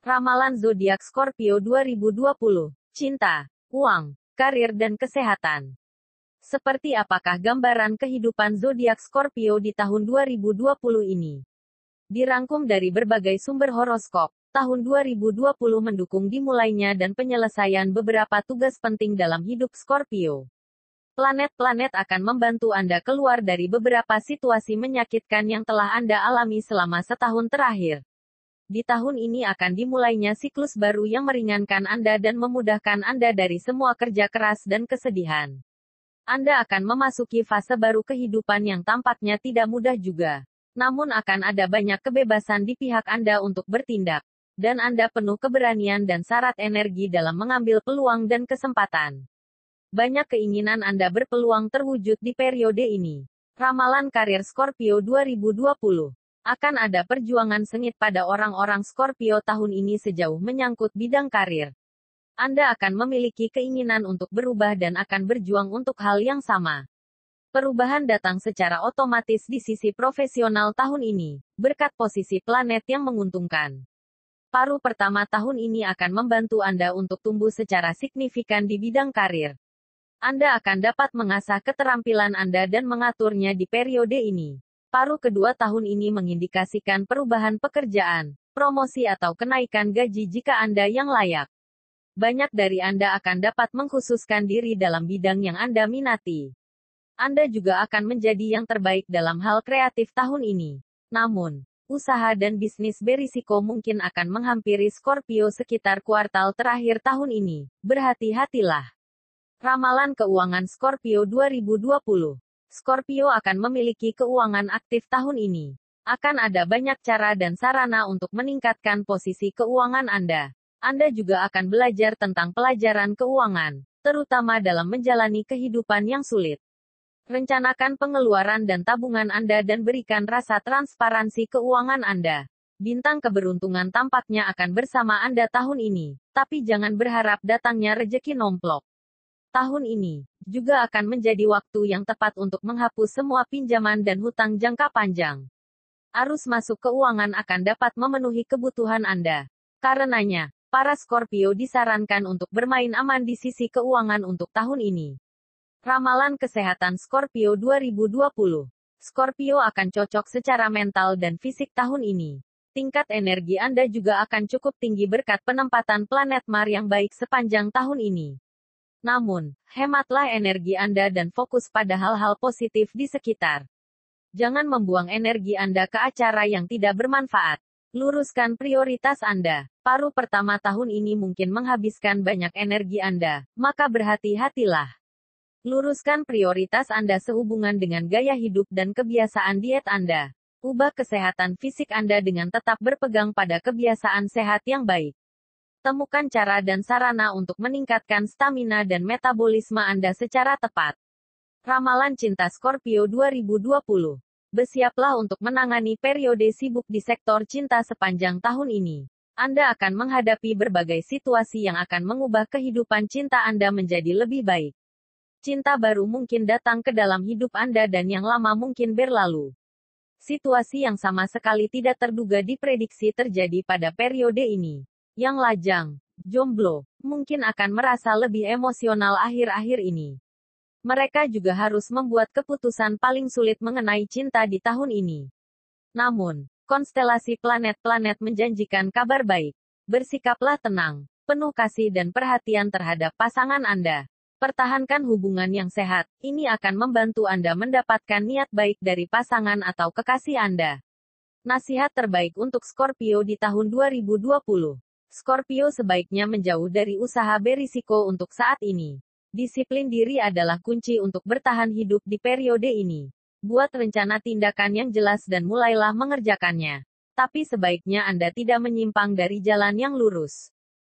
Ramalan zodiak Scorpio 2020. Cinta, uang, karir dan kesehatan. Seperti apakah gambaran kehidupan zodiak Scorpio di tahun 2020 ini? Dirangkum dari berbagai sumber horoskop, tahun 2020 mendukung dimulainya dan penyelesaian beberapa tugas penting dalam hidup Scorpio. Planet-planet akan membantu Anda keluar dari beberapa situasi menyakitkan yang telah Anda alami selama setahun terakhir. Di tahun ini akan dimulainya siklus baru yang meringankan Anda dan memudahkan Anda dari semua kerja keras dan kesedihan. Anda akan memasuki fase baru kehidupan yang tampaknya tidak mudah juga. Namun akan ada banyak kebebasan di pihak Anda untuk bertindak. Dan Anda penuh keberanian dan syarat energi dalam mengambil peluang dan kesempatan. Banyak keinginan Anda berpeluang terwujud di periode ini. Ramalan karir Scorpio 2020. Akan ada perjuangan sengit pada orang-orang Scorpio tahun ini sejauh menyangkut bidang karir. Anda akan memiliki keinginan untuk berubah dan akan berjuang untuk hal yang sama. Perubahan datang secara otomatis di sisi profesional tahun ini, berkat posisi planet yang menguntungkan. Paruh pertama tahun ini akan membantu Anda untuk tumbuh secara signifikan di bidang karir. Anda akan dapat mengasah keterampilan Anda dan mengaturnya di periode ini. Paruh kedua tahun ini mengindikasikan perubahan pekerjaan, promosi atau kenaikan gaji jika Anda yang layak. Banyak dari Anda akan dapat mengkhususkan diri dalam bidang yang Anda minati. Anda juga akan menjadi yang terbaik dalam hal kreatif tahun ini. Namun, usaha dan bisnis berisiko mungkin akan menghampiri Scorpio sekitar kuartal terakhir tahun ini. Berhati-hatilah. Ramalan keuangan Scorpio 2020. Scorpio akan memiliki keuangan aktif tahun ini. Akan ada banyak cara dan sarana untuk meningkatkan posisi keuangan Anda. Anda juga akan belajar tentang pelajaran keuangan, terutama dalam menjalani kehidupan yang sulit. Rencanakan pengeluaran dan tabungan Anda dan berikan rasa transparansi keuangan Anda. Bintang keberuntungan tampaknya akan bersama Anda tahun ini, tapi jangan berharap datangnya rejeki nomplok. Tahun ini juga akan menjadi waktu yang tepat untuk menghapus semua pinjaman dan hutang jangka panjang. Arus masuk keuangan akan dapat memenuhi kebutuhan Anda. Karenanya, para Scorpio disarankan untuk bermain aman di sisi keuangan untuk tahun ini. Ramalan kesehatan Scorpio 2020. Scorpio akan cocok secara mental dan fisik tahun ini. Tingkat energi Anda juga akan cukup tinggi berkat penempatan planet Mars yang baik sepanjang tahun ini. Namun, hematlah energi Anda dan fokus pada hal-hal positif di sekitar. Jangan membuang energi Anda ke acara yang tidak bermanfaat. Luruskan prioritas Anda. Paruh pertama tahun ini mungkin menghabiskan banyak energi Anda, maka berhati-hatilah. Luruskan prioritas Anda sehubungan dengan gaya hidup dan kebiasaan diet Anda. Ubah kesehatan fisik Anda dengan tetap berpegang pada kebiasaan sehat yang baik. Temukan cara dan sarana untuk meningkatkan stamina dan metabolisme Anda secara tepat. Ramalan cinta Scorpio 2020. Bersiaplah untuk menangani periode sibuk di sektor cinta sepanjang tahun ini. Anda akan menghadapi berbagai situasi yang akan mengubah kehidupan cinta Anda menjadi lebih baik. Cinta baru mungkin datang ke dalam hidup Anda dan yang lama mungkin berlalu. Situasi yang sama sekali tidak terduga diprediksi terjadi pada periode ini. Yang lajang, jomblo, mungkin akan merasa lebih emosional akhir-akhir ini. Mereka juga harus membuat keputusan paling sulit mengenai cinta di tahun ini. Namun, konstelasi planet-planet menjanjikan kabar baik. Bersikaplah tenang, penuh kasih dan perhatian terhadap pasangan Anda. Pertahankan hubungan yang sehat, ini akan membantu Anda mendapatkan niat baik dari pasangan atau kekasih Anda. Nasihat terbaik untuk Scorpio di tahun 2020. Scorpio sebaiknya menjauh dari usaha berisiko untuk saat ini. Disiplin diri adalah kunci untuk bertahan hidup di periode ini. Buat rencana tindakan yang jelas dan mulailah mengerjakannya. Tapi sebaiknya Anda tidak menyimpang dari jalan yang lurus.